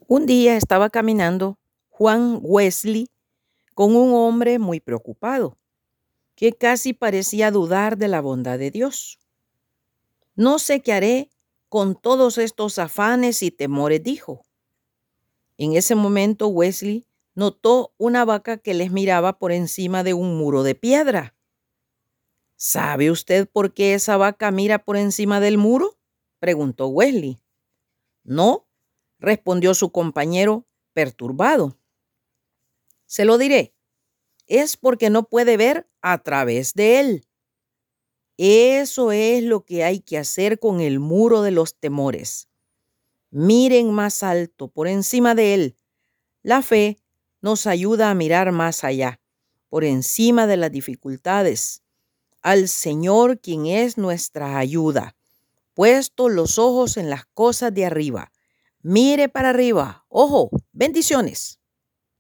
Un día estaba caminando Juan Wesley con un hombre muy preocupado, que casi parecía dudar de la bondad de Dios. No sé qué haré con todos estos afanes y temores, dijo. En ese momento Wesley notó una vaca que les miraba por encima de un muro de piedra. ¿Sabe usted por qué esa vaca mira por encima del muro?, preguntó Wesley. No, respondió su compañero, perturbado. Se lo diré. Es porque no puede ver a través de él. Eso es lo que hay que hacer con el muro de los temores. Miren más alto, por encima de él. La fe nos ayuda a mirar más allá, por encima de las dificultades, al Señor, quien es nuestra ayuda. Puesto los ojos en las cosas de arriba. Mire para arriba. Ojo, bendiciones.